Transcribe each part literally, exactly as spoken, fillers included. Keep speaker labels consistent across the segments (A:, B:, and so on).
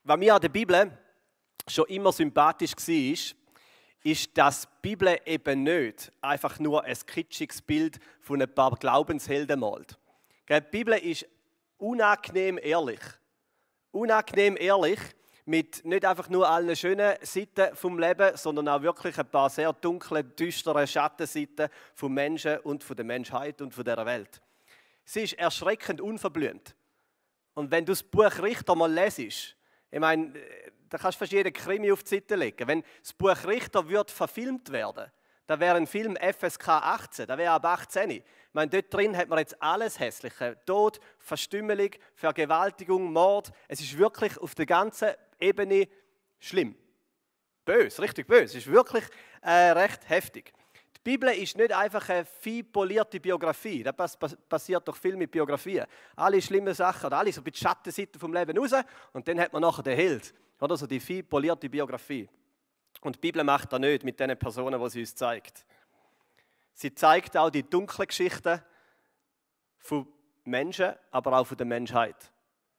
A: Was mir an der Bibel schon immer sympathisch war, ist, dass die Bibel eben nicht einfach nur ein kitschiges Bild von ein paar Glaubenshelden malt. Die Bibel ist unangenehm ehrlich. Unangenehm ehrlich, mit nicht einfach nur allen schönen Seiten vom Leben, sondern auch wirklich ein paar sehr dunkle, düstere Schattenseiten vom Menschen und von der Menschheit und von dieser Welt. Sie ist erschreckend unverblümt. Und wenn du das Buch Richter mal lesest, ich meine, da kannst du fast jeden Krimi auf die Seite legen. Wenn das Buch Richter wird verfilmt werden, dann wäre ein Film F S K achtzehn, da wäre ab achtzehn. Ich meine, dort drin hat man jetzt alles Hässliche. Tod, Verstümmelung, Vergewaltigung, Mord. Es ist wirklich auf der ganzen Ebene schlimm. Böse, richtig böse. Es ist wirklich äh, recht heftig. Die Bibel ist nicht einfach eine fein polierte Biografie. Das passiert doch viel mit Biografien. Alle schlimmen Sachen, oder alle so ein bisschen Schattenseiten vom Leben raus und dann hat man nachher den Held. Oder so die fein polierte Biografie. Und die Bibel macht das nicht mit den Personen, die sie uns zeigt. Sie zeigt auch die dunklen Geschichten von Menschen, aber auch von der Menschheit.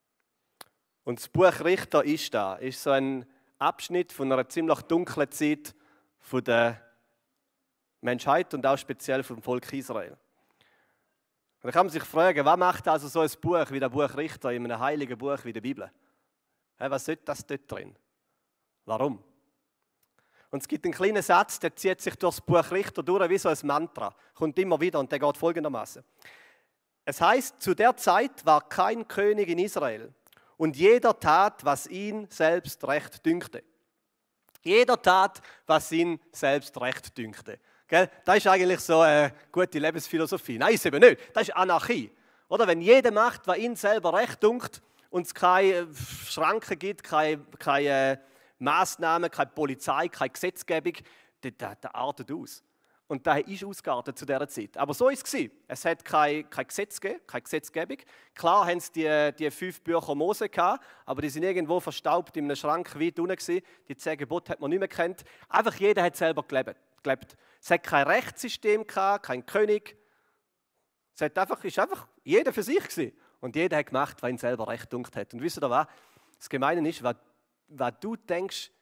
A: Und das Buch Richter ist da, ist so ein Abschnitt von einer ziemlich dunklen Zeit von der Menschheit und auch speziell vom Volk Israel. Und da kann man sich fragen, was macht also so ein Buch wie das Buch Richter in einem heiligen Buch wie der Bibel? Was sollte das dort drin? Warum? Und es gibt einen kleinen Satz, der zieht sich durch das Buch Richter durch wie so ein Mantra. Kommt immer wieder und der geht folgendermaßen. Es heißt, zu der Zeit war kein König in Israel und jeder tat, was ihn selbst recht dünkte. Jeder tat, was ihn selbst recht dünkte. Gell? Das ist eigentlich so eine gute Lebensphilosophie. Nein, ist eben nicht. Das ist Anarchie. Oder wenn jeder macht, was ihn selber recht dünkt und es keine Schranken gibt, keine, keine Massnahmen, keine Polizei, keine Gesetzgebung, das, das, das artet aus. Und das ist ausgeartet zu dieser Zeit. Aber so war es. Es hat keine, keine, Gesetze, keine Gesetzgebung. Klar haben sie die, die fünf Bücher Mose gehabt, aber die sind irgendwo verstaubt in einem Schrank weit unten. Die zehn Gebote hat man nicht mehr gekannt. Einfach jeder hat selber gelebt. gelebt. Es hat kein Rechtssystem gehabt, kein König. Es hat einfach, ist einfach jeder für sich gewesen. Und jeder hat gemacht, was ihn selber recht gedünkt hat. Und wisst ihr was? Das Gemeine ist, was, was du denkst,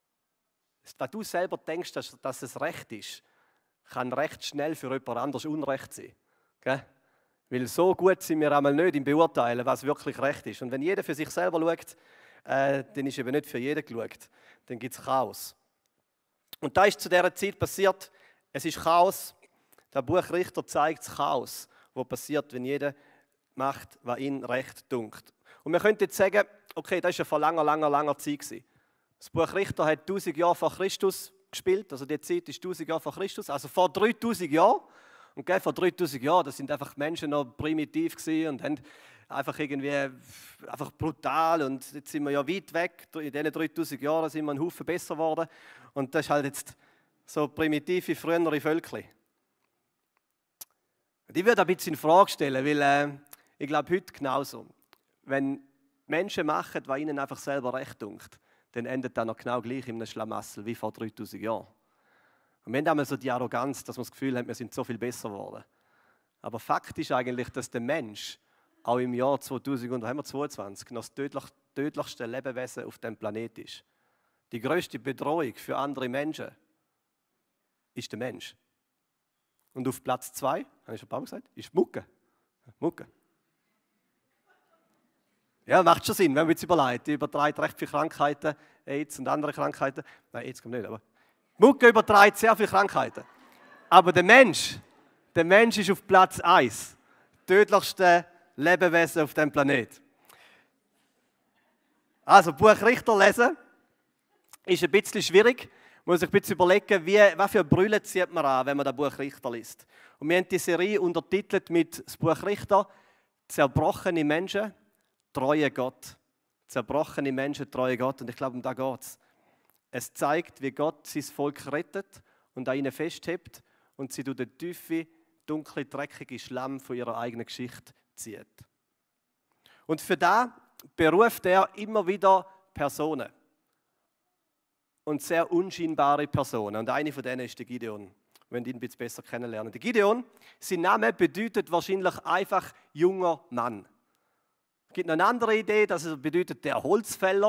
A: was du selber denkst, dass, dass es recht ist, kann recht schnell für jemand anderes Unrecht sein. Gell? Weil so gut sind wir einmal nicht im Beurteilen, was wirklich recht ist. Und wenn jeder für sich selber schaut, äh, dann ist eben nicht für jeden geschaut. Dann gibt es Chaos. Und da ist zu dieser Zeit passiert, es ist Chaos. Das Buch Richter zeigt das Chaos, was passiert, wenn jeder macht, was ihn recht dünkt. Und wir könnten jetzt sagen, okay, das war ja vor langer, langer, langer Zeit gewesen. Das Buch Richter hat tausend Jahre vor Christus gespielt, also die Zeit ist tausend Jahre vor Christus, also vor dreitausend Jahren. Und gell, vor dreitausend Jahren, da sind einfach Menschen noch primitiv gewesen und haben einfach irgendwie einfach brutal und jetzt sind wir ja weit weg. In diesen dreitausend Jahren sind wir einen Haufen besser geworden und das ist halt jetzt so primitive, frühere Völkchen. Und ich würde ein bisschen in Frage stellen, weil äh, ich glaube heute genauso. Wenn Menschen machen, was ihnen einfach selber recht dünkt, dann endet das noch genau gleich in einem Schlamassel wie vor dreitausend Jahren. Und wir haben einmal so die Arroganz, dass wir das Gefühl haben, wir sind so viel besser geworden. Aber Fakt ist eigentlich, dass der Mensch auch im Jahr zweitausendzweiundzwanzig noch das tödlich, tödlichste Lebewesen auf dem Planeten ist. Die grösste Bedrohung für andere Menschen ist der Mensch. Und auf Platz zwei, habe ich schon ein paar Mal gesagt, ist die Mucke. Mucke. Ja, macht schon Sinn, wenn man jetzt überlegt. Die überträgt recht viele Krankheiten, AIDS und andere Krankheiten. Nein, AIDS kommt nicht, aber Mucke überträgt sehr viele Krankheiten. Aber der Mensch, der Mensch ist auf Platz eins. Tödlichste Lebewesen auf dem Planet. Also, Buch Richter lesen ist ein bisschen schwierig. Man muss sich ein bisschen überlegen, wie, was für Brille zieht man an, wenn man das Buch Richter liest. Und wir haben die Serie untertitelt mit das Buch Richter, zerbrochene Menschen, treue Gott. Zerbrochene Menschen, treue Gott. Und ich glaube, um das geht es. Es zeigt, wie Gott sein Volk rettet und an ihnen festhebt und sie durch den tiefen, dunklen, dreckigen Schlamm von ihrer eigenen Geschichte zieht. Und für das beruft er immer wieder Personen. Und sehr unscheinbare Personen. Und eine von denen ist der Gideon. Wenn ihr ihn ein bisschen besser kennenlernen. Der Gideon, sein Name bedeutet wahrscheinlich einfach junger Mann. Es gibt noch eine andere Idee, dass es bedeutet der Holzfäller.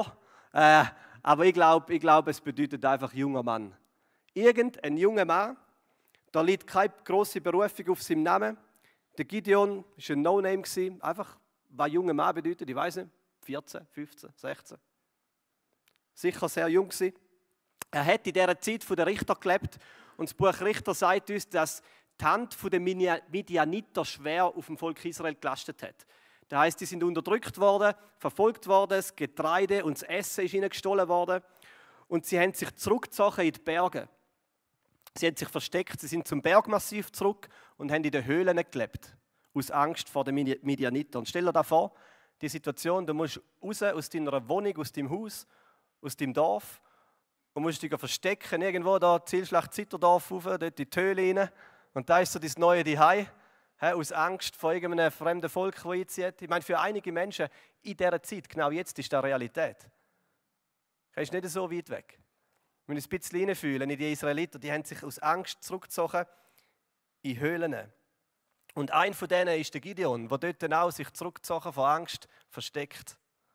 A: Äh, aber ich glaube, ich glaub, es bedeutet einfach junger Mann. Irgendein junger Mann, da liegt keine grosse Berufung auf seinem Namen. Der Gideon war ein No-Name, einfach was junger Mann bedeutet, ich weiß nicht, vierzehn, fünfzehn, sechzehn. Sicher sehr jung gewesen. Er hat in dieser Zeit von den Richter gelebt und das Buch Richter sagt uns, dass die Hand der Midianiter schwer auf dem Volk Israel gelastet hat. Das heisst, die sind unterdrückt worden, verfolgt worden, das Getreide und das Essen ist ihnen gestohlen worden und sie haben sich zurückgezogen in die Berge. Sie haben sich versteckt, sie sind zum Bergmassiv zurück und haben in den Höhlen gelebt, aus Angst vor den Midianitern. Stell dir da vor, die Situation, du musst raus aus deiner Wohnung, aus deinem Haus, aus deinem Dorf und musst dich verstecken, irgendwo da Zielschlacht Zitterdorf rauf, dort in die Höhle rein. Und da ist so dein neue Zuhause, aus Angst vor irgendeinem fremden Volk, das einzieht. Ich meine, für einige Menschen in dieser Zeit, genau jetzt, ist das Realität. Das ist nicht so weit weg. Wenn wir uns ein bisschen hineinfühlen in die Israeliten, die haben sich aus Angst zurückgezogen in Höhlen. Und ein von denen ist der Gideon, der dort dann auch sich zurückgezogen vor Angst versteckt.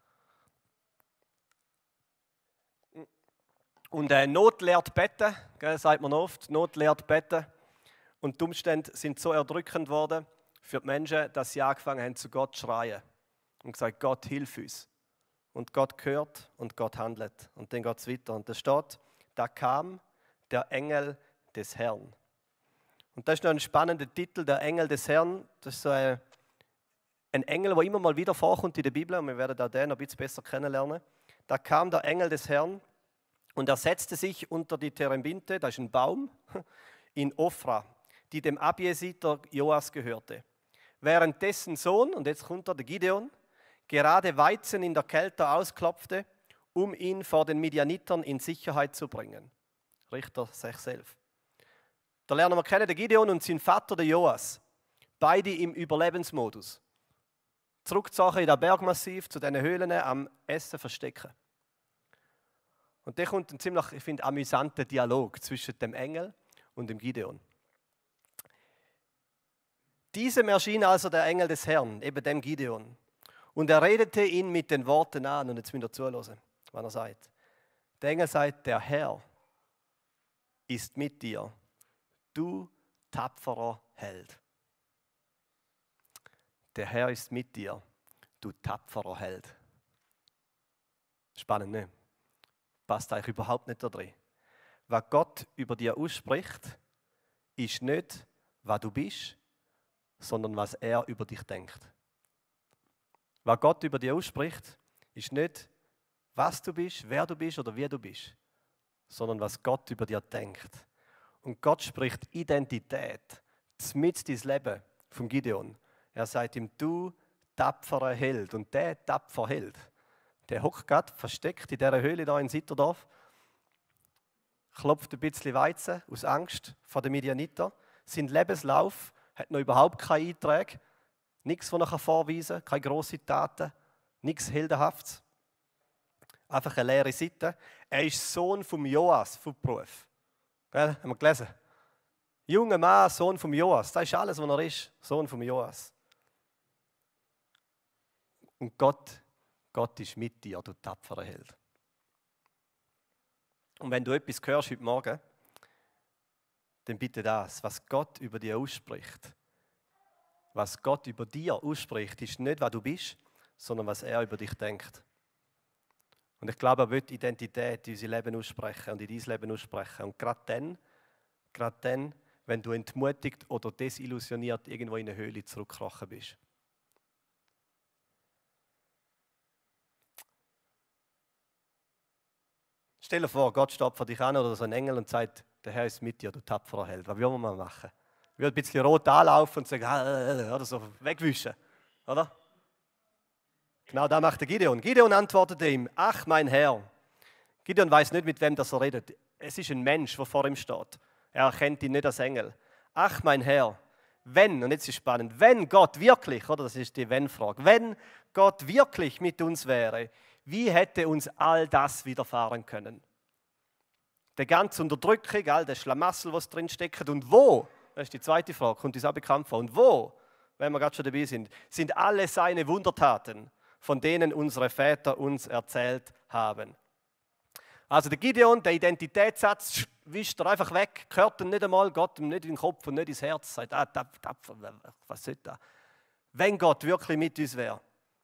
A: Und äh, Not lehrt beten, gell, sagt man oft, Not lehrt beten. Und die Umstände sind so erdrückend worden für die Menschen, dass sie angefangen haben, zu Gott zu schreien. Und gesagt, Gott, hilf uns. Und Gott hört und Gott handelt. Und dann geht es weiter. Und da steht, da kam der Engel des Herrn. Und das ist noch ein spannender Titel, der Engel des Herrn. Das ist so ein, ein Engel, der immer mal wieder vorkommt in der Bibel. Und wir werden auch den noch ein bisschen besser kennenlernen. Da kam der Engel des Herrn und er setzte sich unter die Terebinte, das ist ein Baum, in Ophra, die dem Abiesiter Joas gehörte. Während dessen Sohn, und jetzt kommt er, der Gideon, gerade Weizen in der Kälte ausklopfte, um ihn vor den Midianitern in Sicherheit zu bringen. Richter sechs elf. Da lernen wir kennen, der Gideon und sein Vater, der Joas. Beide im Überlebensmodus. Zurückgezogen in das Bergmassiv, zu diesen Höhlen am Essen verstecken. Und da kommt ein ziemlich, ich finde, amüsanter Dialog zwischen dem Engel und dem Gideon. Diesem erschien also der Engel des Herrn, eben dem Gideon. Und er redete ihn mit den Worten an. Und jetzt müsst ihr zuhören, was er sagt. Der Engel sagt, der Herr ist mit dir, du tapferer Held. Der Herr ist mit dir, du tapferer Held. Spannend, ne? Passt eigentlich überhaupt nicht da drin. Was Gott über dir ausspricht, ist nicht, was du bist, sondern was er über dich denkt. Was Gott über dir ausspricht, ist nicht, was du bist, wer du bist oder wie du bist, sondern was Gott über dir denkt. Und Gott spricht Identität, mit dein Leben vom Gideon. Er sagt ihm, du tapferer Held. Und der tapfer Held, der hockt gerade versteckt in dieser Höhle da in Sitterdorf, klopft ein bisschen Weizen aus Angst vor den Midianiter. Sein Lebenslauf hat noch überhaupt keine Einträge, nichts, was er vorweisen kann, keine grossen Taten, nichts Heldenhaftes. Einfach eine leere Seite. Er ist Sohn vom Joas, vom Beruf. Gell? Haben wir gelesen? Junger Mann, Sohn vom Joas. Das ist alles, was er ist. Sohn vom Joas. Und Gott, Gott ist mit dir, du tapferer Held. Und wenn du etwas hörst heute Morgen, dann bitte das, was Gott über dir ausspricht. Was Gott über dir ausspricht, ist nicht, was du bist, sondern was er über dich denkt. Und ich glaube, er will Identität in unser Leben aussprechen und in dein Leben aussprechen. Und gerade dann, gerade dann, wenn du entmutigt oder desillusioniert irgendwo in eine Höhle zurückgekrochen bist. Stell dir vor, Gott steht vor dich an oder so ein Engel und sagt, der Herr ist mit dir, du tapferer Held. Was will man mal machen? Ich will ein bisschen rot anlaufen und sagen, oder so wegwischen, oder? Genau das macht der Gideon. Gideon antwortete ihm, ach mein Herr. Gideon weiß nicht, mit wem das er redet. Es ist ein Mensch, der vor ihm steht. Er erkennt ihn nicht als Engel. Ach mein Herr, wenn, und jetzt ist es spannend, wenn Gott wirklich, oder das ist die Wenn-Frage, wenn Gott wirklich mit uns wäre, wie hätte uns all das widerfahren können? Die ganze Unterdrückung, all das Schlamassel, was drin steckt, und wo, das ist die zweite Frage, kommt uns auch bekannt vor, und wo, wenn wir gerade schon dabei sind, sind alle seine Wundertaten, von denen unsere Väter uns erzählt haben. Also der Gideon, der Identitätssatz, wischt er einfach weg, gehört ihm nicht einmal, Gott ihm nicht in den Kopf und nicht ins Herz, sagt, ah, da, da, was soll das? Wenn Gott wirklich mit uns wäre.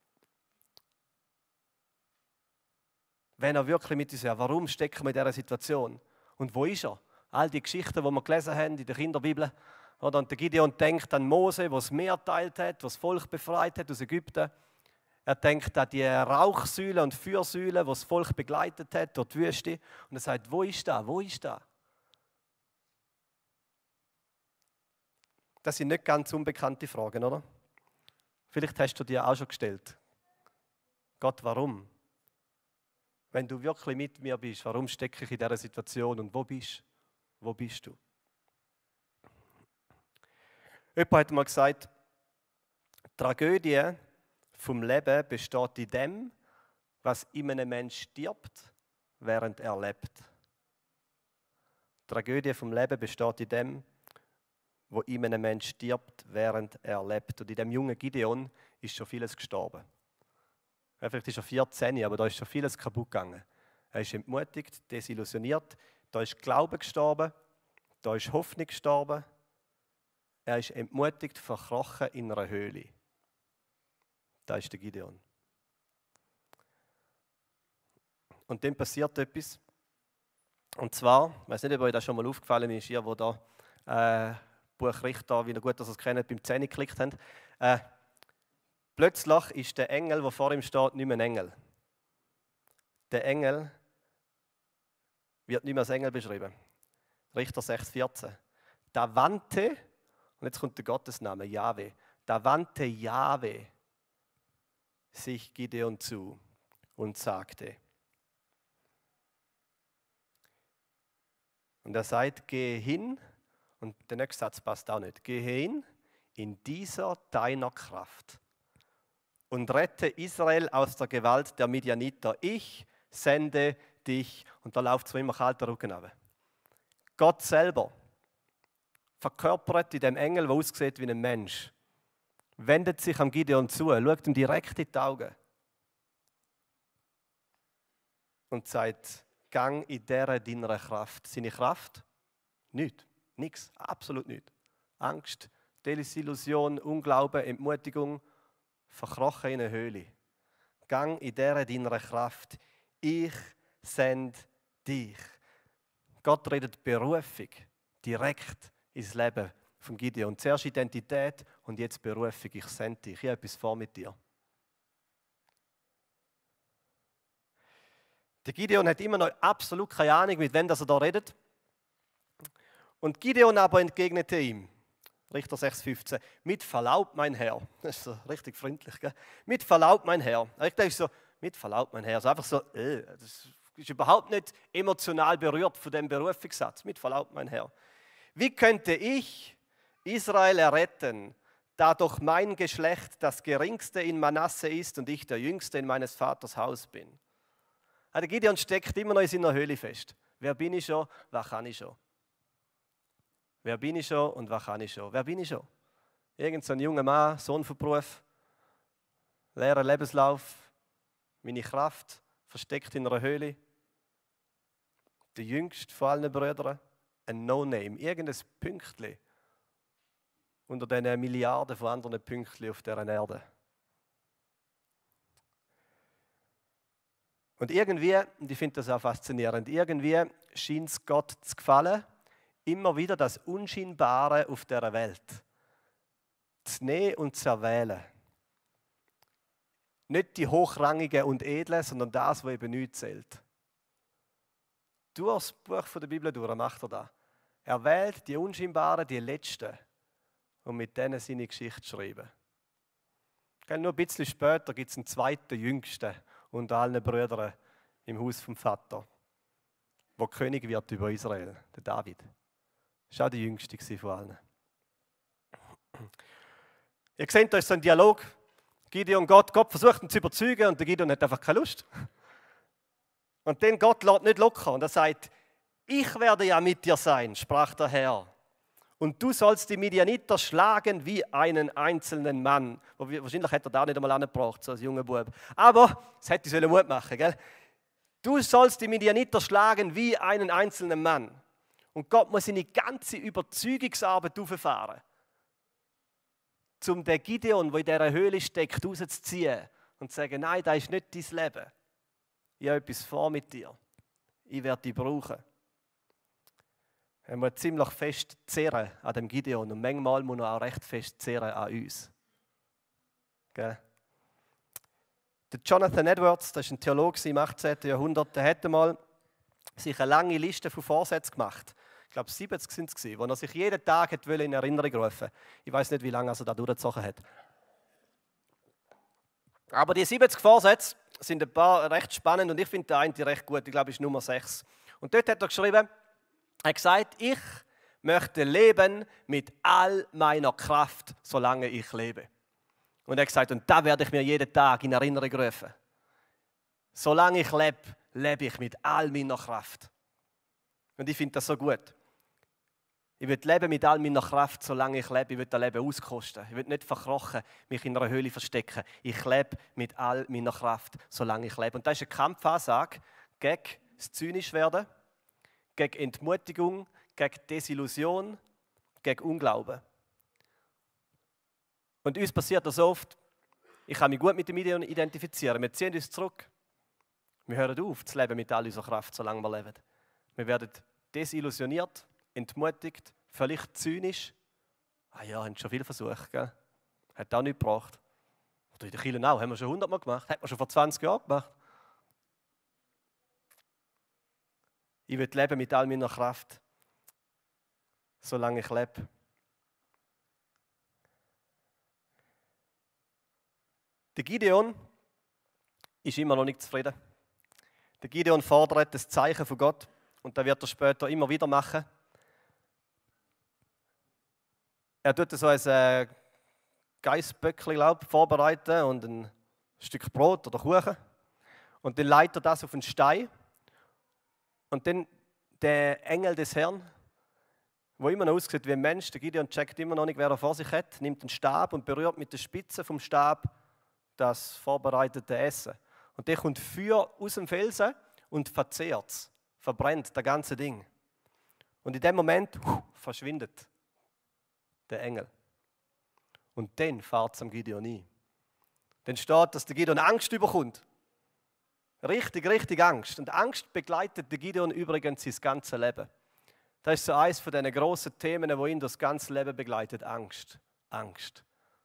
A: Wenn er wirklich mit uns wäre, warum stecken wir in dieser Situation? Und wo ist er? All die Geschichten, die wir gelesen haben in der Kinderbibel. Oder? Und der Gideon denkt an Mose, der das Meer teilt hat, der das Volk befreit hat aus Ägypten. Er denkt an die Rauchsäule und Feuersäule, die das Volk begleitet hat durch die Wüste. Und er sagt, wo ist das? Wo ist das? Das sind nicht ganz unbekannte Fragen, oder? Vielleicht hast du dir auch schon gestellt. Gott, warum? Wenn du wirklich mit mir bist, warum stecke ich in dieser Situation und wo bist du? Wo bist du? Jemand hat mal gesagt, die Tragödie vom Leben besteht in dem, was in einem Menschen stirbt, während er lebt. Die Tragödie vom Leben besteht in dem, wo in einem Menschen stirbt, während er lebt. Und in dem jungen Gideon ist schon vieles gestorben. Ja, vielleicht ist er vierzehn, aber da ist schon vieles kaputt gegangen. Er ist entmutigt, desillusioniert, da ist Glaube gestorben, da ist Hoffnung gestorben. Er ist entmutigt, verkrochen in einer Höhle. Da ist der Gideon. Und dann passiert etwas. Und zwar, ich weiß nicht, ob euch das schon mal aufgefallen ist, ihr, wo da äh, Buch Richter, wie ihr gut, dass ihr es kennt, beim Zähne geklickt habt. Äh, plötzlich ist der Engel, der vor ihm steht, nicht mehr ein Engel. Der Engel wird nicht mehr als Engel beschrieben. Richter sechs vierzehn. Da wandte, und jetzt kommt der Gottesname, Jahwe. Da wandte Jahwe sich Gideon zu und sagte. Und er sagt, gehe hin, und der nächste Satz passt auch nicht, gehe hin in dieser deiner Kraft und rette Israel aus der Gewalt der Midianiter. Ich sende dich, und da läuft es immer kalter Rücken runter. Gott selber, verkörpert in dem Engel, der aussieht wie ein Mensch, wendet sich am Gideon zu, schaut ihm direkt in die Augen und sagt, gang in dieser deiner Kraft. Seine Kraft? Nichts. Nichts. Absolut nichts. Angst, Desillusion, Unglauben, Entmutigung, verkrochen in eine Höhle. Gang in dieser deiner Kraft. Ich sende dich. Gott redet Berufung direkt ins Leben von Gideon. Zuerst Identität und jetzt Berufung. Ich sende dich. Ich habe etwas vor mit dir. Der Gideon hat immer noch absolut keine Ahnung, mit wem er da redet. Und Gideon aber entgegnete ihm, Richter sechs fünfzehn, mit Verlaub, mein Herr. Das ist so richtig freundlich, gell? Mit Verlaub, mein Herr. Ich denke so, mit Verlaub, mein Herr. Also einfach so, äh, das ist überhaupt nicht emotional berührt von dem Berufungssatz. Mit Verlaub, mein Herr. Wie könnte ich Israel erretten, da doch mein Geschlecht das geringste in Manasse ist und ich der jüngste in meines Vaters Haus bin? Der Gideon steckt immer noch in seiner Höhle fest. Wer bin ich schon? Was kann ich schon? Wer bin ich schon und was kann ich schon? Wer bin ich schon? Irgend so ein junger Mann, Sohn von Beruf, leerer Lebenslauf, meine Kraft versteckt in einer Höhle. Der jüngste von allen Brüdern, ein No-Name, irgendein Pünktchen unter den Milliarden von anderen Pünktchen auf dieser Erde. Und irgendwie, und ich finde das auch faszinierend, irgendwie scheint es Gott zu gefallen, immer wieder das Unscheinbare auf dieser Welt zu nehmen und zu erwählen. Nicht die Hochrangigen und Edlen, sondern das, was eben nichts zählt. Durch das Buch der Bibel durch macht er das. Er wählt die Unscheinbaren, die Letzten, und mit denen seine Geschichte schreiben. Nur ein bisschen später gibt es einen zweiten Jüngsten unter allen Brüdern im Haus vom Vater, der König wird über Israel, der David. Das war auch der Jüngste von allen. Ihr seht, da ist so ein Dialog. Gideon und Gott. Gott versucht ihn zu überzeugen und der Gideon hat einfach keine Lust. Und dann Gott lässt nicht locker und er sagt, ich werde ja mit dir sein, sprach der Herr. Und du sollst die Midianiter schlagen wie einen einzelnen Mann. Wahrscheinlich hätte er da nicht einmal angebracht, so als junger Bub. Aber es hätte Mut machen sollen, gell? Du sollst die Midianiter schlagen wie einen einzelnen Mann. Und Gott muss seine ganze Überzeugungsarbeit auffahren, um den Gideon, der in dieser Höhle steckt, rauszuziehen und zu sagen, nein, das ist nicht dein Leben. Ich habe etwas vor mit dir. Ich werde dich brauchen. Er muss ziemlich fest zehren an dem Gideon und manchmal muss er auch recht fest zehren an uns. Gell? Der Jonathan Edwards, das ist ein Theologe im achtzehnten Jahrhundert, der hat einmal sich eine lange Liste von Vorsätzen gemacht. Ich glaube, siebzig sind es, wo er sich jeden Tag in Erinnerung rufen wollte. Ich weiß nicht, wie lange er da durchgezogen hat. Aber die siebzig Vorsätze sind ein paar recht spannend und ich finde den einen recht gut. Ich glaube, es ist Nummer sechs. Und dort hat er geschrieben, er hat gesagt, ich möchte leben mit all meiner Kraft, solange ich lebe. Und er hat gesagt, und da werde ich mir jeden Tag in Erinnerung rufen. Solange ich lebe, lebe ich mit all meiner Kraft. Und ich finde das so gut. Ich will leben mit all meiner Kraft, solange ich lebe. Ich will das Leben auskosten. Ich will nicht verkrochen, mich in einer Höhle verstecken. Ich lebe mit all meiner Kraft, solange ich lebe. Und das ist eine Kampfansage gegen das Zynischwerden, gegen Entmutigung, gegen Desillusion, gegen Unglauben. Und uns passiert das oft. Ich kann mich gut mit den Medien identifizieren. Wir ziehen uns zurück. Wir hören auf, zu leben mit all unserer Kraft, solange wir leben. Wir werden desillusioniert, entmutigt, vielleicht zynisch. Ah ja, haben schon viel versucht, gell? Hat auch nichts gebracht. Oder in der Kirche auch, haben wir schon hundertmal gemacht. Hat man schon vor zwanzig Jahren gemacht. Ich will leben mit all meiner Kraft, solange ich lebe. Der Gideon ist immer noch nicht zufrieden. Der Gideon fordert das Zeichen von Gott und das wird er später immer wieder machen. Er tut so ein äh, Geißböckchen, glaube ich, vorbereiten und ein Stück Brot oder Kuchen. Und dann leitet er das auf einen Stein. Und dann der Engel des Herrn, der immer noch aussieht wie ein Mensch, der Gideon checkt immer noch nicht, wer er vor sich hat, nimmt einen Stab und berührt mit der Spitze vom Stab das vorbereitete Essen. Und der kommt Feuer aus dem Felsen und verzehrt es, verbrennt das ganze Ding. Und in dem Moment uh, verschwindet der Engel. Und dann fährt es am Gideon ein. Dann steht, dass der Gideon Angst überkommt. Richtig, richtig Angst. Und Angst begleitet den Gideon übrigens sein ganzes Leben. Das ist so eines von diesen grossen Themen, die ihn das ganze Leben begleitet. Angst. Angst.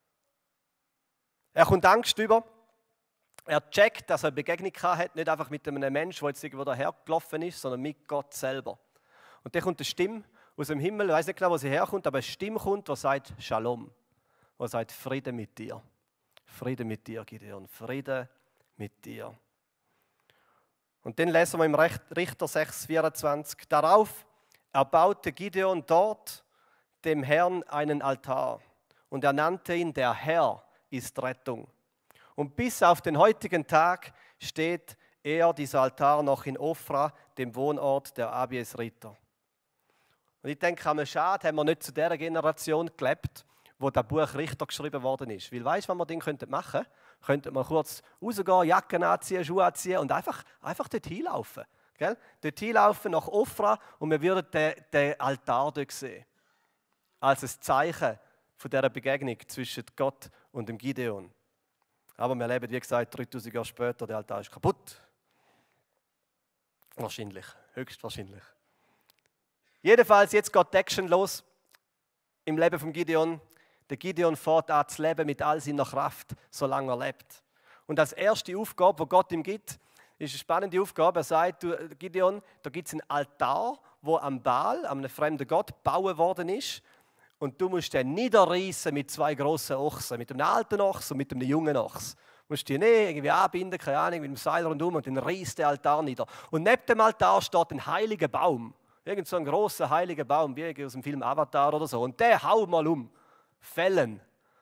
A: Er kommt Angst über. Er checkt, dass er eine Begegnung hat, nicht einfach mit einem Menschen, der jetzt irgendwo dahergelaufen ist, sondern mit Gott selber. Und dann kommt eine Stimme aus dem Himmel, ich weiß nicht genau, wo sie herkommt, aber eine Stimme kommt, die sagt Shalom, die sagt Friede mit dir. Friede mit dir, Gideon, Friede mit dir. Und dann lesen wir im Richter sechs, vierundzwanzig, darauf erbaute Gideon dort dem Herrn einen Altar und er nannte ihn, der Herr ist Rettung. Und bis auf den heutigen Tag steht er, dieser Altar, noch in Ofra, dem Wohnort der Abiesriter. Und ich denke, am schade, haben wir nicht zu der Generation gelebt, wo das Buch Richter geschrieben worden ist. Weil weißt du, was wir dann könnten machen? Könnten wir kurz rausgehen, Jacken anziehen, Schuhe anziehen und einfach, einfach dort hinlaufen. Gell? Dort hinlaufen nach Ofra und wir würden den, den Altar dort sehen. Als ein Zeichen von dieser Begegnung zwischen Gott und dem Gideon. Aber wir leben, wie gesagt, dreitausend Jahre später, der Altar ist kaputt. Wahrscheinlich, höchstwahrscheinlich. Jedenfalls, jetzt geht die Action los im Leben von Gideon. Der Gideon fährt an zu leben mit all seiner Kraft, solange er lebt. Und als erste Aufgabe, die Gott ihm gibt, ist eine spannende Aufgabe. Er sagt, du, Gideon, da gibt es einen Altar, wo am Baal, einem fremden Gott, gebaut worden ist. Und du musst den niederreißen mit zwei grossen Ochsen, mit einem alten Ochs und mit einem jungen Ochs. Du musst die nicht irgendwie anbinden, keine Ahnung, mit dem Seil rundum und dann reißt der Altar nieder. Und neben dem Altar steht ein heiliger Baum. Irgend so ein grosser heiliger Baum, wie aus dem Film Avatar oder so. Und der haut mal um. Fällen.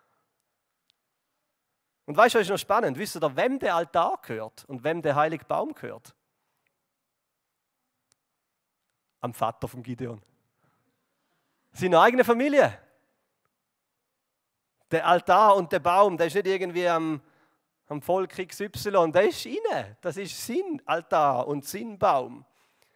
A: Und weißt du, was ist noch spannend? Wisst ihr, wem der Altar gehört und wem der heilige Baum gehört? Am Vater von Gideon. Seine eigene Familie. Der Altar und der Baum, der ist nicht irgendwie am, am Volk X Y. Der ist rein. Das ist sein Altar und sein Baum.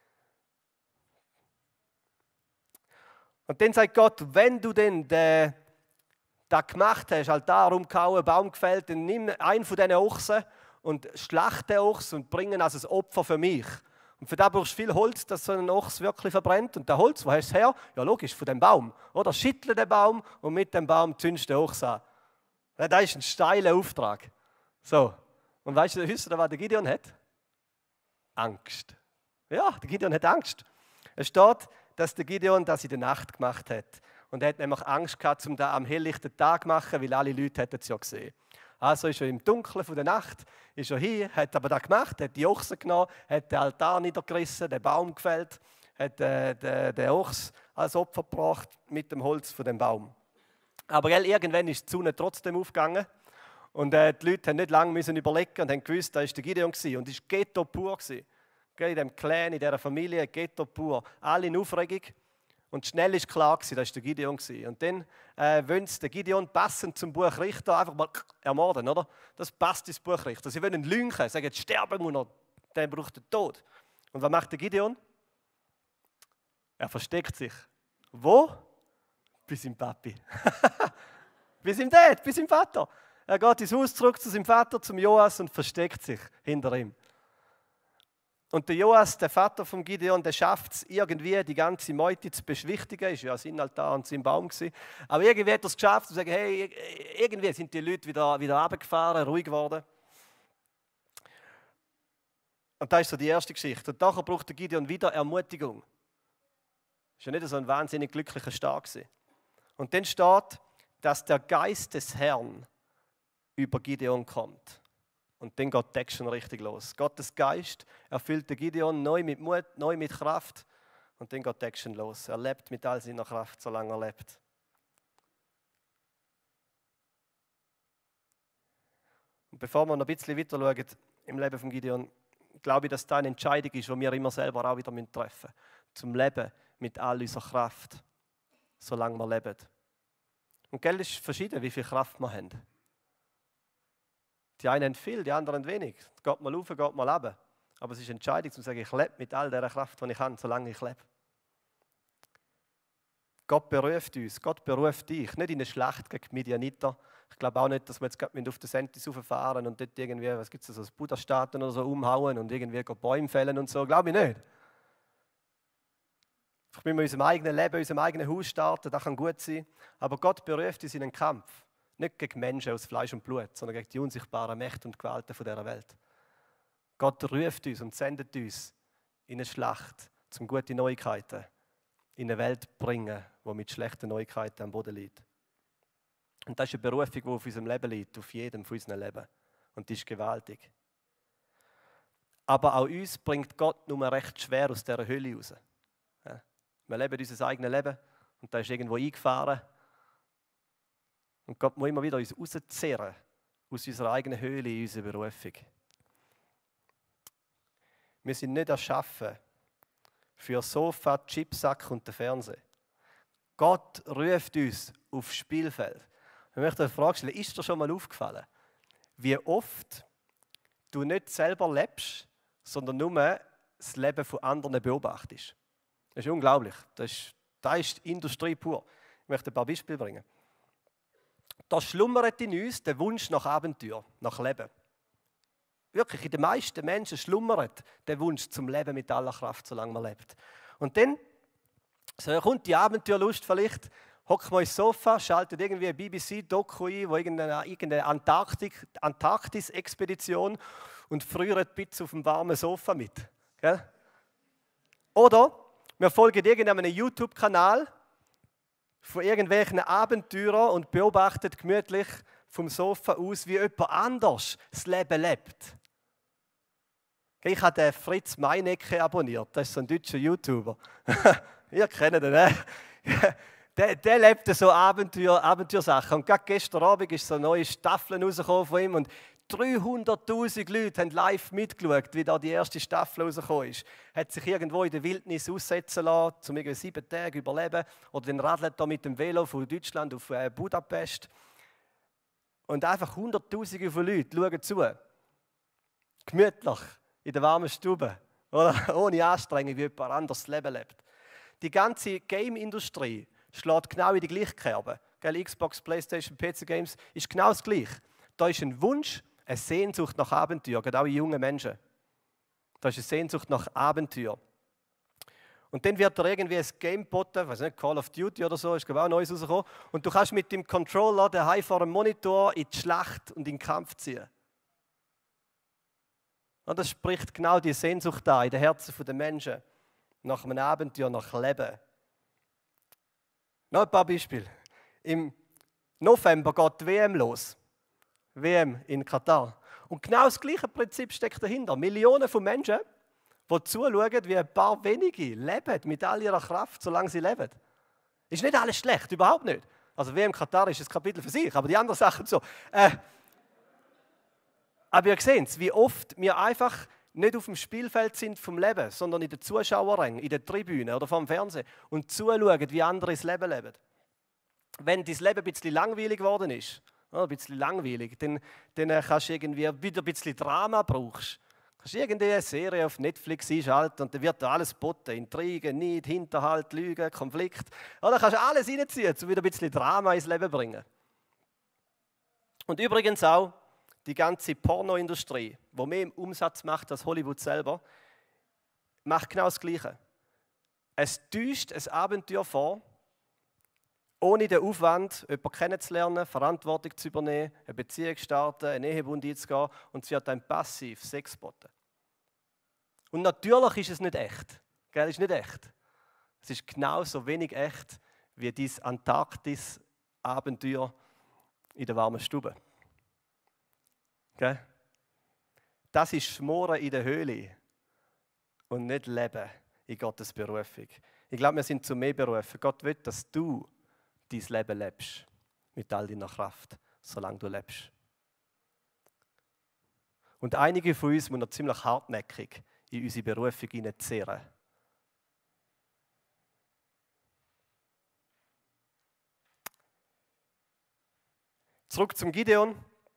A: Und dann sagt Gott, wenn du denn den, das gemacht hast, Altar umgehauen, Baum gefällt, dann nimm einen von diesen Ochsen und schlacht den Ochs und bring ihn als ein Opfer für mich. Und für das brauchst du viel Holz, dass so ein Ochs wirklich verbrennt. Und der Holz, wo hast du es her? Ja, logisch, von dem Baum. Oder schüttle den Baum und mit dem Baum zündest du den Ochs an. Ja, das ist ein steiler Auftrag. So. Und weißt du, wisst ihr, was der Gideon hat? Angst. Ja, der Gideon hat Angst. Es steht, dass der Gideon das in der Nacht gemacht hat. Und er hat nämlich Angst gehabt, um das am helllichten Tag zu machen, weil alle Leute hätten es ja gesehen. Also ist er im Dunkeln von der Nacht, ist er hier, hat aber das gemacht, hat die Ochsen genommen, hat den Altar niedergerissen, den Baum gefällt, hat äh, den, den Ochs als Opfer gebracht mit dem Holz von dem Baum. Aber gell, irgendwann ist die Sonne trotzdem aufgegangen und äh, die Leute haben nicht lange müssen überlegen und haben gewusst, das war der Gideon gewesen. Und es war Ghetto pur gewesen. In diesem Clan, in dieser Familie, Ghetto pur. Alle in Aufregung. Und schnell war klar, das war der Gideon. Und dann äh, wollen sie den Gideon passend zum Buch Richter einfach mal ermorden, oder? Das passt ins Buch Richter. Sie wollen ihn lynchen, sagen, jetzt sterben muss er, der braucht den Tod. Und was macht der Gideon? Er versteckt sich. Wo? Bei seinem Papi. Bei seinem Dad, bei seinem Vater. Er geht ins Haus zurück zu seinem Vater, zum Joas, und versteckt sich hinter ihm. Und der Joas, der Vater von Gideon, der schafft es irgendwie, die ganze Meute zu beschwichtigen. Ist ja sein Altar und sein Baum gewesen. Aber irgendwie hat er es geschafft, zu sagen, hey, irgendwie sind die Leute wieder, wieder runtergefahren, ruhig geworden. Und das ist so die erste Geschichte. Und nachher braucht der Gideon wieder Ermutigung. Das war ja nicht so ein wahnsinnig glücklicher Start gewesen. Und dann steht, dass der Geist des Herrn über Gideon kommt. Und dann geht die Action richtig los. Gottes Geist erfüllt den Gideon neu mit Mut, neu mit Kraft. Und dann geht die Action los. Er lebt mit all seiner Kraft, solange er lebt. Und bevor wir noch ein bisschen weiter schauen im Leben von Gideon, glaube ich, dass das eine Entscheidung ist, die wir immer selber auch wieder treffen müssen. Zum Leben mit all unserer Kraft, solange wir leben. Und Geld ist verschieden, wie viel Kraft wir haben. Die einen haben viel, die anderen wenig. Es geht mal rauf, geht mal runter. Aber es ist eine Entscheidung, zu sagen, ich lebe mit all der Kraft, die ich habe, solange ich lebe. Gott beruft uns, Gott beruft dich. Nicht in eine Schlacht gegen die Midianiter. Ich glaube auch nicht, dass wir jetzt gerade auf den Sentis rauffahren und dort irgendwie, was gibt es so, Buddha-Statuen oder so umhauen und irgendwie Bäume fällen und so. Glaube ich nicht. Vielleicht müssen wir in unserem eigenen Leben, in unserem eigenen Haus starten, das kann gut sein. Aber Gott beruft uns in einen Kampf. Nicht gegen Menschen aus Fleisch und Blut, sondern gegen die unsichtbaren Mächte und Gewalten dieser Welt. Gott ruft uns und sendet uns in eine Schlacht, um gute Neuigkeiten in eine Welt zu bringen, die mit schlechten Neuigkeiten am Boden liegt. Und das ist eine Berufung, die auf unserem Leben liegt, auf jedem von unserem Leben. Und die ist gewaltig. Aber auch uns bringt Gott nur recht schwer aus dieser Hölle raus. Ja. Wir leben unser eigenes Leben und da ist irgendwo eingefahren. Und Gott muss immer wieder uns rauszehren aus unserer eigenen Höhle in unserer Berufung. Wir sind nicht erschaffen für Sofa, Chipsack und den Fernseher. Gott ruft uns aufs Spielfeld. Ich möchte eine Frage stellen, ist dir schon mal aufgefallen, wie oft du nicht selber lebst, sondern nur das Leben von anderen beobachtest? Das ist unglaublich. Das ist, das ist Industrie pur. Ich möchte ein paar Beispiele bringen. Da schlummert in uns der Wunsch nach Abenteuer, nach Leben. Wirklich, in den meisten Menschen schlummert der Wunsch zum Leben mit aller Kraft, solange man lebt. Und dann so kommt die Abenteuerlust vielleicht, hockt man ins Sofa, schaltet irgendwie eine B B C-Doku ein, wo irgendeine, irgendeine Antarktik, Antarktis-Expedition und friert ein bisschen auf dem warmen Sofa mit. Gell? Oder wir folgen irgendeinem YouTube-Kanal von irgendwelchen Abenteurern und beobachten gemütlich vom Sofa aus, wie jemand anders das Leben lebt. Ich habe den Fritz Meinecke abonniert, das ist so ein deutscher YouTuber. Ihr kennt ihn, ne? Der, der lebt so Abenteuer, Abenteuersachen. Und gerade gestern Abend ist so eine neue Staffel rausgekommen von ihm und dreihunderttausend Leute haben live mitgeschaut, wie da die erste Staffel rausgekommen ist. Hat sich irgendwo in der Wildnis aussetzen lassen, um irgendwie sieben Tage zu überleben. Oder den radelt er mit dem Velo von Deutschland auf Budapest. Und einfach Hunderttausende von Leuten schauen zu. Gemütlich, in der warmen Stube. Oder? Ohne Anstrengung, wie jemand anderes das Leben lebt. Die ganze Game-Industrie schlägt genau in die gleiche Kerbe. Gell, Xbox, Playstation, P C Games ist genau das Gleiche. Da ist ein Wunsch, eine Sehnsucht nach Abenteuer, gerade auch in jungen Menschen. Da ist eine Sehnsucht nach Abenteuer. Und dann wird dir irgendwie ein Game geboten, weiß nicht, Call of Duty oder so, ist glaube ich auch Neues rausgekommen. Und du kannst mit dem Controller daheim vor dem Monitor in die Schlacht und in den Kampf ziehen. Und das spricht genau die Sehnsucht an in den Herzen der Menschen. Nach einem Abenteuer, nach Leben. Noch ein paar Beispiele. Im November geht die W M los. W M in Katar. Und genau das gleiche Prinzip steckt dahinter. Millionen von Menschen, die zuschauen, wie ein paar wenige leben, mit all ihrer Kraft, solange sie leben. Ist nicht alles schlecht, überhaupt nicht. Also W M Katar ist ein Kapitel für sich, aber die anderen Sachen so. Äh, aber ihr seht, wie oft wir einfach nicht auf dem Spielfeld sind vom Leben, sondern in den Zuschauerrängen, in den Tribünen oder vom Fernsehen und zuschauen, wie andere das Leben leben. Wenn dein Leben ein bisschen langweilig geworden ist, ein bisschen langweilig, dann, dann kannst du irgendwie wieder ein bisschen Drama brauchst. Kannst du irgendeine Serie auf Netflix einschalten und dann wird da alles geboten. Intrigen, Neid, Hinterhalt, Lügen, Konflikt. Oder kannst du alles reinziehen, um wieder ein bisschen Drama ins Leben zu bringen. Und übrigens auch die ganze Pornoindustrie, die mehr im Umsatz macht als Hollywood selber, macht genau das Gleiche. Es täuscht ein Abenteuer vor, ohne den Aufwand, jemanden kennenzulernen, Verantwortung zu übernehmen, eine Beziehung zu starten, einen Ehebund einzugehen und es wird einem passiv Sex geboten. Und natürlich ist es nicht echt. Gell, ist nicht echt. Es ist genauso wenig echt wie dieses Antarktis-Abenteuer in der warmen Stube. Gell? Das ist Schmoren in der Höhle und nicht Leben in Gottes Berufung. Ich glaube, wir sind zu mehr berufen. Gott will, dass du dein Leben lebst, mit all deiner Kraft, solange du lebst. Und einige von uns müssen ziemlich hartnäckig in unsere Berufung hineinzehren. Zurück zum Gideon.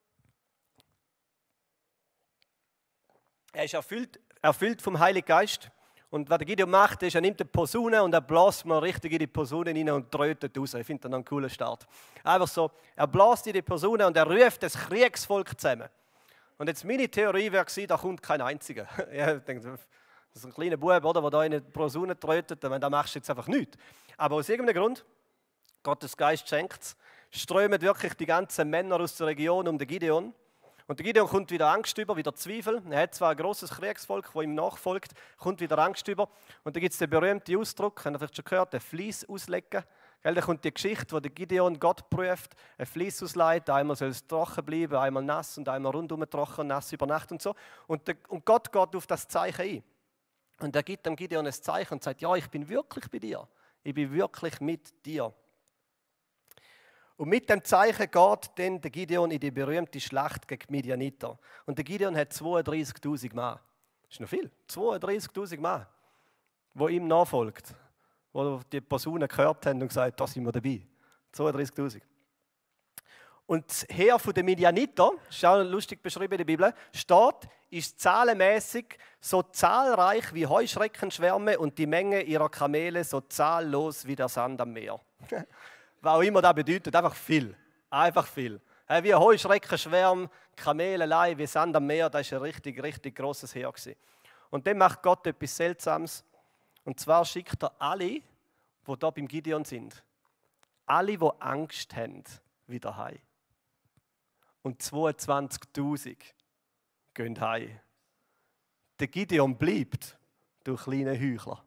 A: Er ist erfüllt, erfüllt vom Heiligen Geist. Und was der Gideon macht, ist, er nimmt eine Posaune und er bläst mal richtig in die Posaune rein und trötet raus. Ich finde das einen coolen Start. Einfach so, er bläst in die Posaune und er ruft das Kriegsvolk zusammen. Und jetzt meine Theorie wäre gewesen, da kommt kein einziger. Ich denke, das ist ein kleiner Bub, oder, der da in die Posaune trötet, da machst du jetzt einfach nichts. Aber aus irgendeinem Grund, Gottes Geist schenkt es, strömen wirklich die ganzen Männer aus der Region um den Gideon. Und der Gideon kommt wieder Angst über, wieder Zweifel. Er hat zwar ein grosses Kriegsvolk, das ihm nachfolgt, kommt wieder Angst über. Und da gibt es den berühmten Ausdruck, habt ihr vielleicht schon gehört, den Fleiss auslegen. Da kommt die Geschichte, wo der Gideon Gott prüft, ein Fleiss ausleiht, einmal soll es trocken bleiben, einmal nass und einmal rundum trocken, nass über Nacht und so. Und, der, und Gott geht auf das Zeichen ein. Und er gibt dem Gideon ein Zeichen und sagt, ja, ich bin wirklich bei dir. Ich bin wirklich mit dir. Und mit dem Zeichen geht dann der Gideon in die berühmte Schlacht gegen die Midianiter. Und der Gideon hat zweiunddreißigtausend Mann. Das ist noch viel. zweiunddreißigtausend Mann, die ihm nachfolgt. Die die Posaune gehört haben und gesagt, da sind wir dabei. zweiunddreißigtausend. Und das Heer der Midianiter, das ist auch lustig beschrieben in der Bibel, steht, ist zahlenmäßig so zahlreich wie Heuschreckenschwärme und die Menge ihrer Kamele so zahllos wie der Sand am Meer. Was auch immer das bedeutet, einfach viel. Einfach viel. Wie Heuschreckenschwärme, Kamelelei, wie Sand am Meer, das war ein richtig, richtig grosses Heer. Und dann macht Gott etwas Seltsames. Und zwar schickt er alle, die hier beim Gideon sind, alle, die Angst haben, wieder heim. Und zweiundzwanzigtausend gehen heim. Der Gideon bleibt durch kleine Heuchler.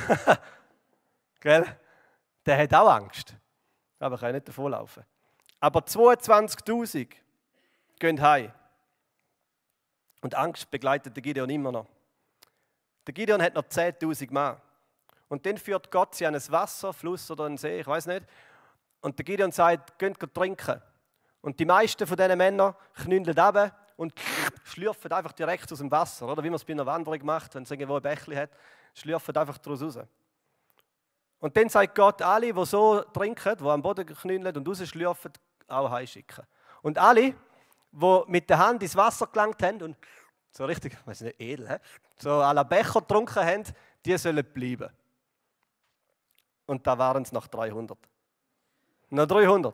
A: Gell? Der hat auch Angst. Aber kann nicht davonlaufen. Aber zweiundzwanzigtausend gehen heim. Und Angst begleitet den Gideon immer noch. Der Gideon hat noch zehntausend Mann. Und dann führt Gott sie an ein Wasser, Fluss oder einen See, ich weiß nicht. Und der Gideon sagt, geht trinken. Und die meisten von diesen Männern knündeln runter und schlürfen einfach direkt aus dem Wasser. Oder wie man es bei einer Wanderung macht, wenn es irgendwo ein Bächli hat, schlürfen einfach daraus raus. Und dann sagt Gott, alle, die so trinken, die am Boden knündeln und rausschlürfen, auch heimschicken. Und alle, die mit der Hand ins Wasser gelangt haben und so richtig, ich weiß nicht, edel, he? so à la Becher getrunken haben, die sollen bleiben. Und da waren es noch dreihundert. Noch dreihundert.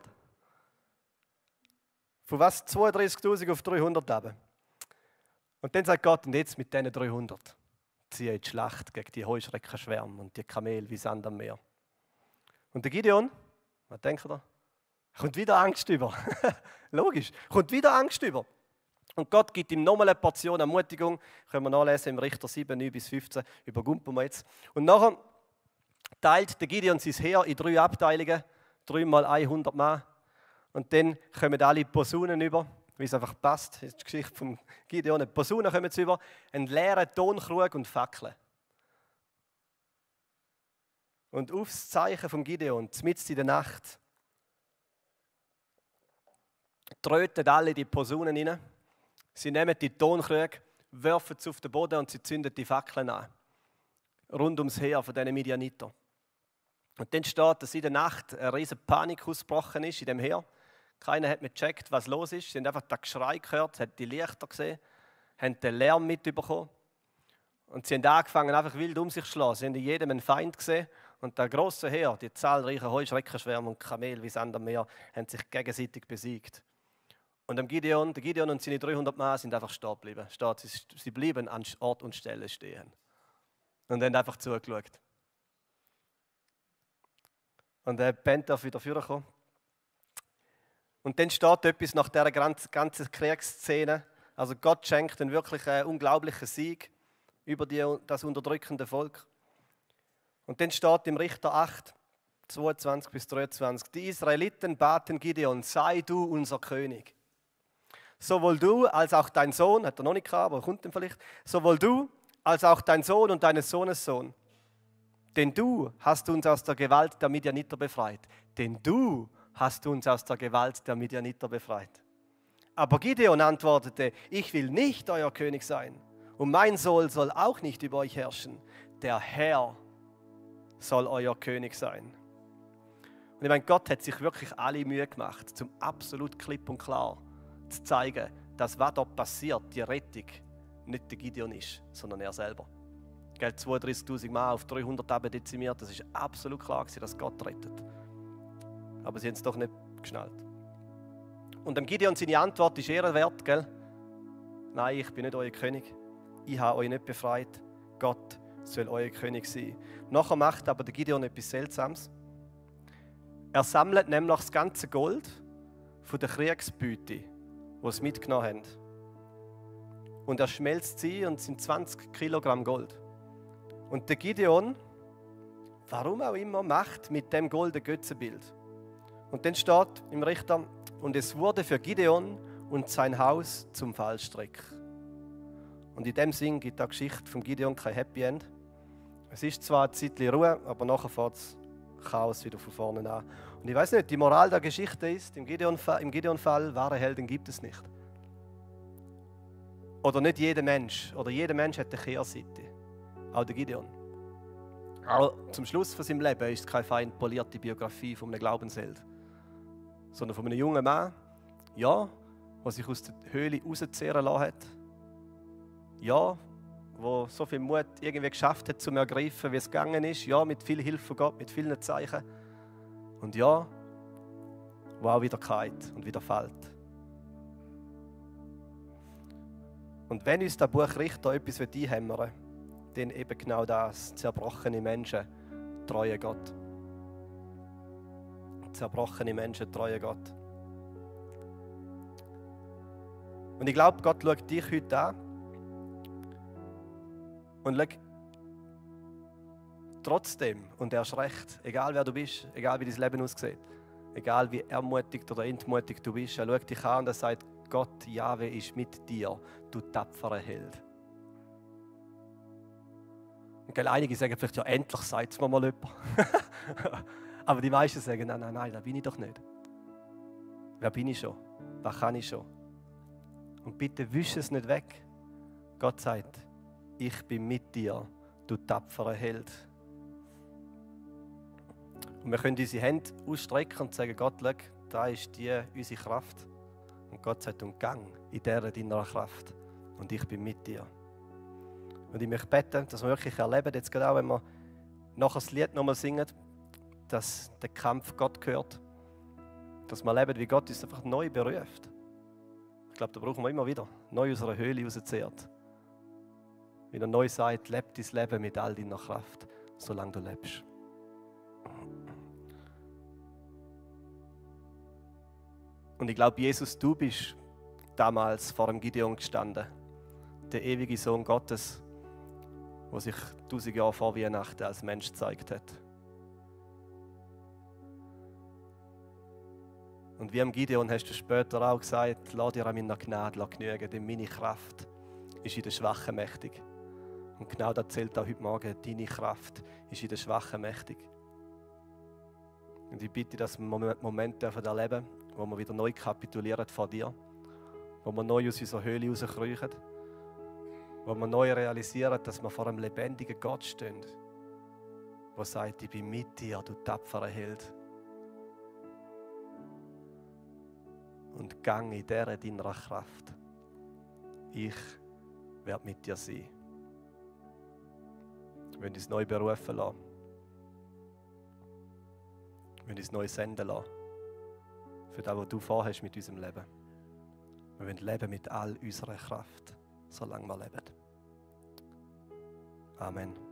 A: Von was? zweiunddreißigtausend auf dreihundert runter. Und dann sagt Gott, und jetzt mit diesen dreihundert ziehe ich die Schlacht gegen die Heuschreckenschwärme und die Kamel wie Sand am Meer. Und der Gideon, was denkt ihr? Kommt wieder Angst über. Logisch, kommt wieder Angst über. Und Gott gibt ihm nochmal eine Portion Ermutigung. Können wir nachlesen im Richter sieben, neun bis fünfzehn. Übergumpen wir jetzt. Und nachher teilt der Gideon sein Heer in drei Abteilungen. Dreimal hundert Mann. Und dann kommen alle Posaunen über, wie es einfach passt. Das ist die Geschichte von Gideon. Die Posaunen kommen sie über, einen leeren Tonkrug und Fackeln. Und aufs Zeichen von Gideon, mitten in der Nacht, tröten alle die Posaunen rein. Sie nehmen die Tonkrüge, werfen sie auf den Boden und sie zünden die Fackeln an. Rund ums Heer von diesen Midianiter. Und dann steht, dass in der Nacht eine riesige Panik ausgebrochen ist in dem Heer. Keiner hat mehr gecheckt, was los ist. Sie haben einfach das Geschrei gehört, haben die Lichter gesehen, haben den Lärm mitbekommen. Und sie haben angefangen, einfach wild um sich zu schlagen. Sie haben in jedem einen Feind gesehen. Und der grosse Heer, die zahlreichen Heuschreckenschwärme und Kamel wie Sand am Meer, haben sich gegenseitig besiegt. Und am Gideon, der Gideon und seine dreihundert Mann sind einfach stehen geblieben. Steht, sie, sie blieben an Ort und Stelle stehen. Und haben einfach zugeschaut. Und der Band darf wieder vorkommen. Und dann steht etwas nach dieser ganzen Kriegsszene. Also Gott schenkt einen wirklich einen unglaublichen Sieg über die, das unterdrückende Volk. Und dann steht im Richter acht, zweiundzwanzig bis dreiundzwanzig, die Israeliten baten Gideon, sei du unser König. Sowohl du als auch dein Sohn, hat er noch nicht gehabt, aber kommt dann vielleicht, sowohl du als auch dein Sohn und deines Sohnes Sohn. Denn du hast uns aus der Gewalt der Midianiter befreit. Denn du hast uns aus der Gewalt der Midianiter befreit. Aber Gideon antwortete, ich will nicht euer König sein. Und mein Sohn soll auch nicht über euch herrschen. Der Herr soll euer König sein. Und ich meine, Gott hat sich wirklich alle Mühe gemacht, zum absolut klipp und klar zu zeigen, dass was dort passiert, die Rettung, nicht der Gideon ist, sondern er selber. zweiunddreißigtausend Mann auf dreihundert dezimiert, das ist absolut klar gewesen, dass Gott rettet. Aber sie haben es doch nicht geschnallt. Und dem Gideon seine Antwort ist ehrenwert, gell? Nein, ich bin nicht euer König. Ich habe euch nicht befreit. Gott soll euer König sein. Nachher macht aber der Gideon etwas Seltsames. Er sammelt nämlich das ganze Gold von der Kriegsbeute, die sie mitgenommen haben. Und er schmelzt sie und es sind zwanzig Kilogramm Gold. Und der Gideon, warum auch immer, macht mit dem Gold ein Götzenbild. Und dann steht im Richter, und es wurde für Gideon und sein Haus zum Fallstrick. Und in dem Sinn gibt die Geschichte von Gideon kein Happy End. Es ist zwar ein Zeitchen Ruhe, aber nachher fährt das Chaos wieder von vorne an. Und ich weiß nicht, die Moral der Geschichte ist, im Gideon-Fall, im Gideon-Fall, wahre Helden gibt es nicht. Oder nicht jeder Mensch. Oder jeder Mensch hat eine Kehrseite. Auch der Gideon. Aber zum Schluss von seinem Leben ist es keine fein polierte Biografie von einem Glaubensheld. Sondern von einem jungen Mann, ja, der sich aus der Höhle rauszehren lassen hat. Ja, der so viel Mut irgendwie geschafft hat, zu ergreifen, wie es gegangen ist. Ja, mit viel Hilfe von Gott, mit vielen Zeichen. Und ja, der auch wieder geht und wieder fällt. Und wenn uns das Buch Richter etwas einhämmern will, dann eben genau das, zerbrochene Menschen treuen Gott. Zerbrochene Menschen treuen Gott. Und ich glaube, Gott schaut dich heute an und schau, trotzdem, und erst recht, egal wer du bist, egal wie dein Leben aussieht, egal wie ermutigt oder entmutigt du bist, er schaut dich an und er sagt, Gott, Jahwe ist mit dir, du tapferer Held. Und gell, einige sagen vielleicht, ja, endlich sagt es mir mal jemand. Aber die meisten sagen, nein, nein, nein, da bin ich doch nicht. Wer bin ich schon? Was kann ich schon? Und bitte wisch es nicht weg. Gott sagt, ich bin mit dir, du tapferer Held. Und wir können unsere Hände ausstrecken und sagen, Gott, schau, da ist die, unsere Kraft. Und Gott sagt, und gang in dieser deiner Kraft. Und ich bin mit dir. Und ich möchte beten, dass wir wirklich erleben, jetzt gerade auch, wenn wir nachher das Lied nochmal singen, dass der Kampf Gott gehört. Dass wir erleben, wie Gott uns einfach neu beruft. Ich glaube, da brauchen wir immer wieder. Neu aus einer Höhle rauszehrt. Wie er neu sagt, lebe dein Leben mit all deiner Kraft, solange du lebst. Und ich glaube, Jesus, du bist damals vor dem Gideon gestanden. Der ewige Sohn Gottes, der sich tausend Jahre vor Weihnachten als Mensch gezeigt hat. Und wie am Gideon hast du später auch gesagt, lass dir an meiner Gnade genügen, denn meine Kraft ist in der Schwachen mächtig. Und genau das zählt auch heute Morgen, deine Kraft ist in der Schwachen mächtig. Und ich bitte, dass wir Momente erleben dürfen, wo wir wieder neu kapitulieren vor dir, wo wir neu aus unserer Höhle rauskriechen, wo wir neu realisieren, dass wir vor einem lebendigen Gott stehen, der sagt, ich bin mit dir, du tapferer Held. Und gang in dieser deiner Kraft. Ich werde mit dir sein. Wir wollen uns neu berufen lassen. Wir wollen uns neu senden lassen. Für das, was du vorhast mit unserem Leben. Wir wollen leben mit all unserer Kraft, solange wir leben. Amen.